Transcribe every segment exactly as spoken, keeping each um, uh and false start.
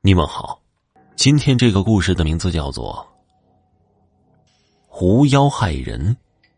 你们好，今天这个故事的名字叫做狐妖害人。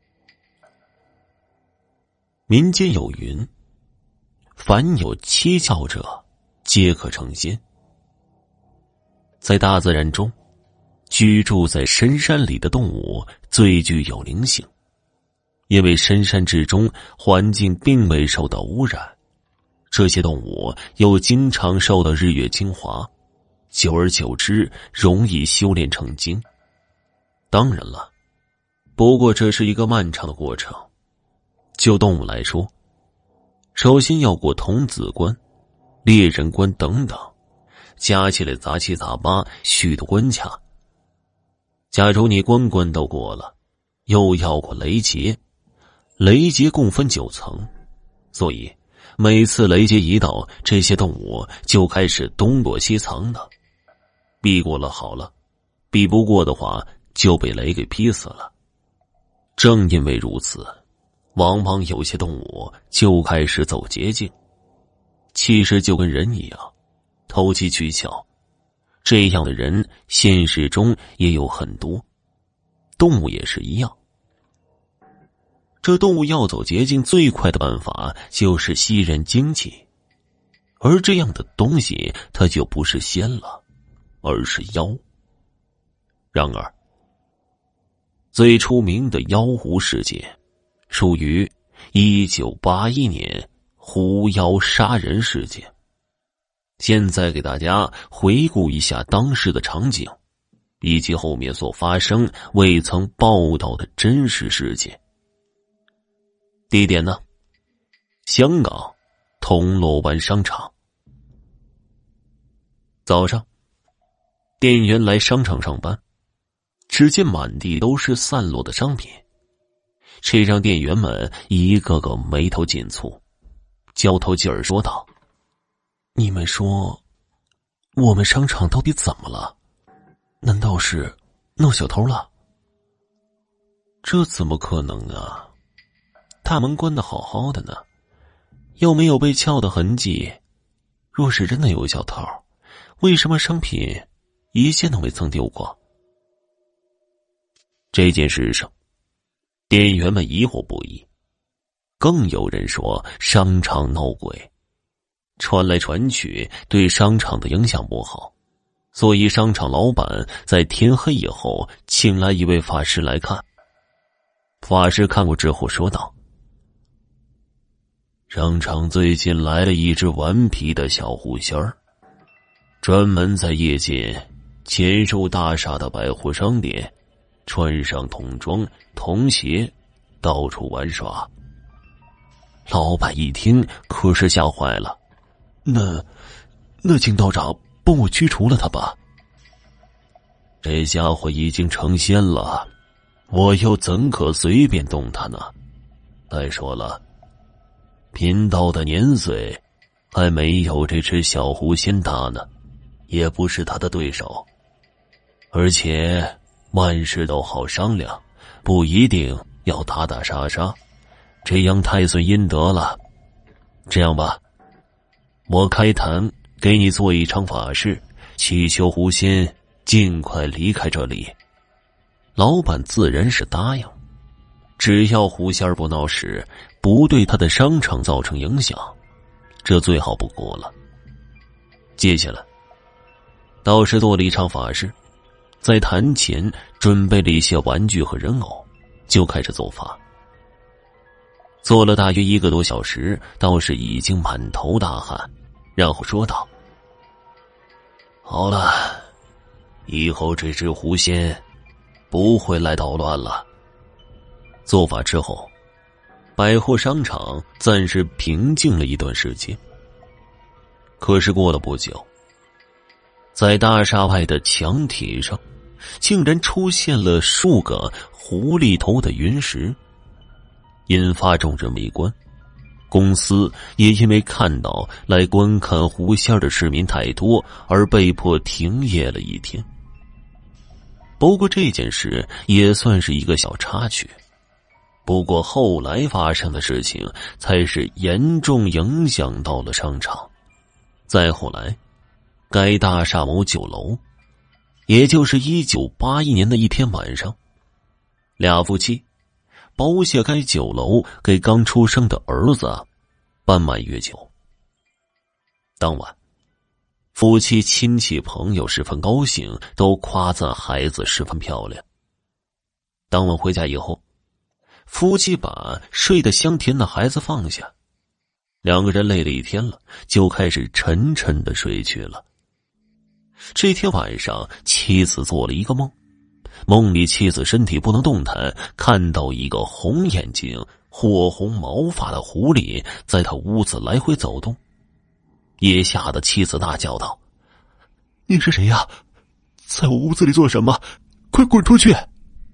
民间有云，凡有七窍者皆可成仙。在大自然中，居住在深山里的动物最具有灵性，因为深山之中环境并未受到污染，这些动物又经常受到日月精华，久而久之容易修炼成精。当然了，不过这是一个漫长的过程。就动物来说，首先要过童子关、猎人关等等，加起来杂七杂八许多关卡。假如你关关都过了，又要过雷劫，雷劫共分九层，所以每次雷劫一到，这些动物就开始东躲西藏的。避过了好了，避不过的话就被雷给劈死了。正因为如此，往往有些动物就开始走捷径，其实就跟人一样，投机取巧。这样的人现实中也有很多，动物也是一样。这动物要走捷径最快的办法就是吸人精气，而这样的东西它就不是仙了，而是妖。然而最出名的妖狐事件属于一九八一年狐妖杀人事件。现在给大家回顾一下当时的场景，以及后面所发生未曾报道的真实事件。地点呢？香港铜锣湾商场。早上，店员来商场上班，只见满地都是散落的商品，这让店员们一个个眉头紧蹙，交头接耳说道：你们说我们商场到底怎么了？难道是闹小偷了？这怎么可能啊，大门关得好好的呢，又没有被撬的痕迹。若是真的有小偷，为什么商品一件都未曾丢过？这件事上，店员们疑惑不已，更有人说商场闹鬼，传来传去对商场的影响不好，所以商场老板在天黑以后请来一位法师来看。法师看过之后说道：商场最近来了一只顽皮的小狐仙儿，专门在夜间潜入大厦的百货商店，穿上童装童鞋，到处玩耍。老板一听可是吓坏了，那那请道长帮我驱除了他吧。这家伙已经成仙了，我又怎可随便动他呢？再说了，贫道的年岁还没有这只小狐仙大呢，也不是他的对手。而且万事都好商量，不一定要打打杀杀，这样太损阴德了。这样吧，我开坛给你做一场法事，祈求狐仙尽快离开这里。老板自然是答应，只要狐仙不闹事，不对他的商场造成影响，这最好不过了。接下来，道士做了一场法事，在坛前准备了一些玩具和人偶，就开始做法。做了大约一个多小时，道士已经满头大汗，然后说道：好了，以后这只狐仙不会来捣乱了。做法之后，百货商场暂时平静了一段时间。可是过了不久，在大厦外的墙体上竟然出现了数个狐狸头的云石，引发众人围观。公司也因为看到来观看狐仙的市民太多，而被迫停业了一天。不过这件事也算是一个小插曲，不过后来发生的事情才是严重影响到了商场。再后来， 该大厦某酒楼，也就是一九八一年的一天晚上，俩夫妻包下该酒楼给刚出生的儿子办满月酒。当晚，夫妻亲戚朋友十分高兴，都夸赞孩子十分漂亮。当晚回家以后，夫妻把睡得香甜的孩子放下，两个人累了一天了，就开始沉沉的睡去了。这天晚上，妻子做了一个梦，梦里妻子身体不能动弹，看到一个红眼睛、火红毛发的狐狸在他屋子来回走动。也吓得妻子大叫道：“你是谁呀？在我屋子里做什么？快滚出去！”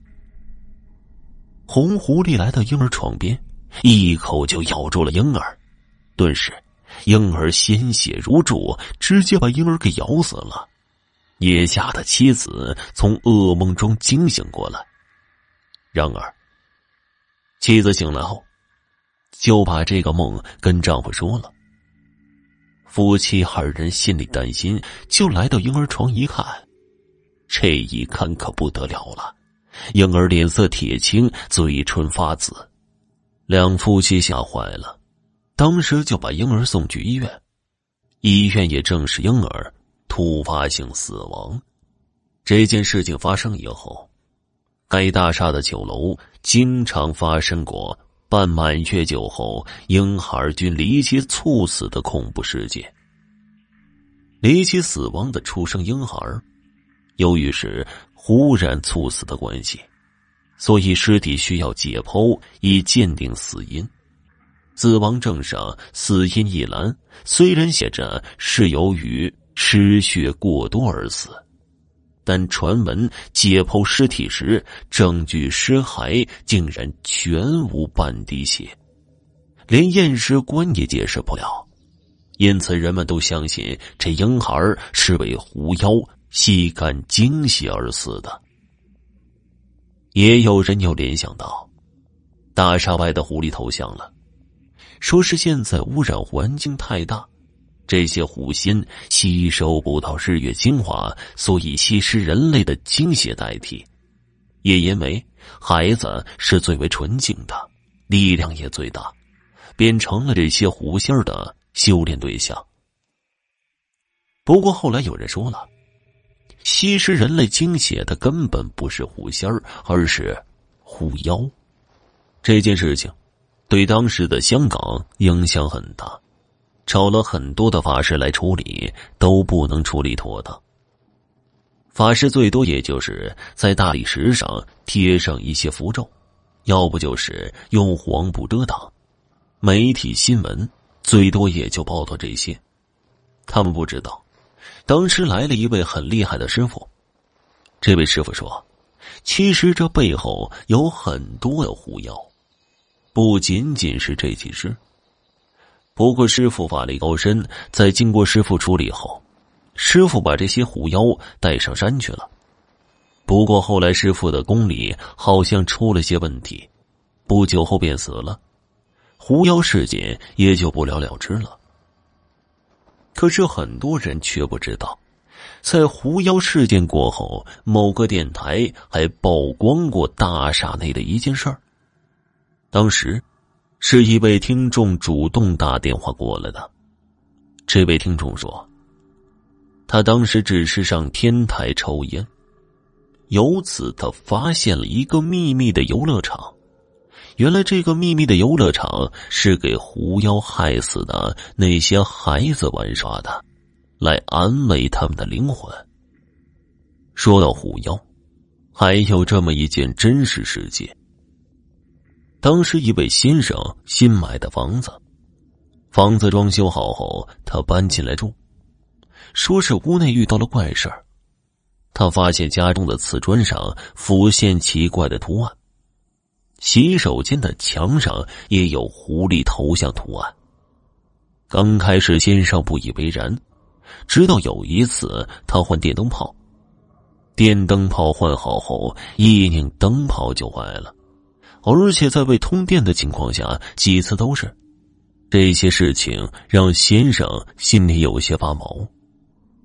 红狐狸来到婴儿床边，一口就咬住了婴儿，顿时婴儿鲜血如注，直接把婴儿给咬死了。也吓得妻子从噩梦中惊醒过来。然而妻子醒来后就把这个梦跟丈夫说了。夫妻二人心里担心，就来到婴儿床一看，这一看可不得了了，婴儿脸色铁青，嘴唇发紫。两夫妻吓坏了，当时就把婴儿送去医院，医院也证实婴儿突发性死亡。这件事情发生以后，该大厦的酒楼经常发生过办满月酒后婴孩均离奇猝死的恐怖事件。离奇死亡的出生婴孩，由于是忽然猝死的关系，所以尸体需要解剖以鉴定死因。死亡证上死因一栏虽然写着是由于失血过多而死，但传闻解剖尸体时，证据尸骸竟然全无半滴血，连验尸官也解释不了。因此人们都相信这婴孩是被狐妖吸干精血而死的。也有人又联想到大厦外的狐狸投降了，说是现在污染环境太大，这些狐仙吸收不到日月精华，所以吸食人类的精血代替。也因为孩子是最为纯净的，力量也最大，便成了这些狐仙的修炼对象。不过后来有人说了，吸食人类精血的根本不是狐仙，而是狐妖。这件事情对当时的香港影响很大，找了很多的法师来处理，都不能处理妥当。法师最多也就是在大理石上贴上一些符咒，要不就是用黄布遮挡。媒体新闻最多也就报道这些。他们不知道，当时来了一位很厉害的师傅。这位师傅说，其实这背后有很多的狐妖，不仅仅是这几只。不过师傅法力高深，在经过师傅处理后，师傅把这些狐妖带上山去了。不过后来师傅的功力好像出了些问题，不久后便死了，狐妖事件也就不了了之了。可是很多人却不知道，在狐妖事件过后，某个电台还曝光过大厦内的一件事儿。当时是一位听众主动打电话过来的。这位听众说，他当时只是上天台抽烟，由此他发现了一个秘密的游乐场。原来这个秘密的游乐场是给狐妖害死的那些孩子玩耍的，来安慰他们的灵魂。说到狐妖，还有这么一件真实事件。当时一位先生新买的房子，房子装修好后，他搬进来住，说是屋内遇到了怪事儿。他发现家中的瓷砖上浮现奇怪的图案，洗手间的墙上也有狐狸头像图案。刚开始先生不以为然，直到有一次他换电灯泡，电灯泡换好后，一拧灯泡就坏了，而且在未通电的情况下几次都是。这些事情让先生心里有些发毛。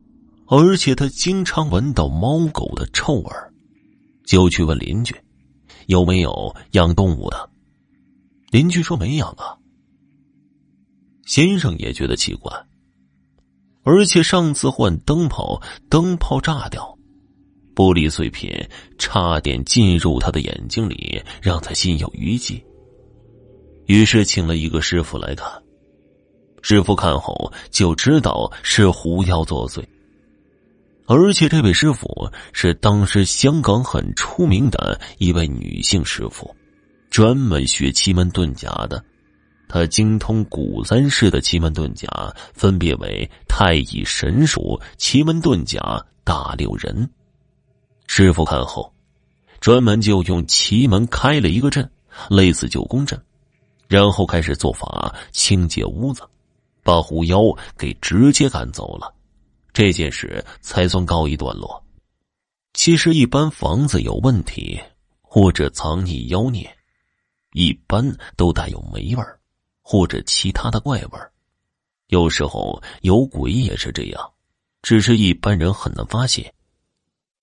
而且他经常闻到猫狗的臭味，就去问邻居有没有养动物的。邻居说没养啊。先生也觉得奇怪，而且上次换灯泡，灯泡炸掉，玻璃碎片差点进入他的眼睛里，让他心有余悸。于是请了一个师傅来看，师傅看后就知道是狐妖作祟，而且这位师傅是当时香港很出名的一位女性师傅，专门学奇门遁甲的。他精通古三式的奇门遁甲，分别为太乙神术、奇门遁甲、大六人。师傅看后，专门就用奇门开了一个阵，类似九宫阵，然后开始做法清洁屋子，把狐妖给直接赶走了。这件事才算告一段落。其实一般房子有问题或者藏匿妖孽，一般都带有霉味儿或者其他的怪味儿，有时候有鬼也是这样，只是一般人很难发现。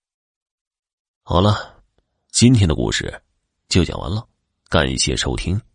好了，今天的故事就讲完了，感谢收听。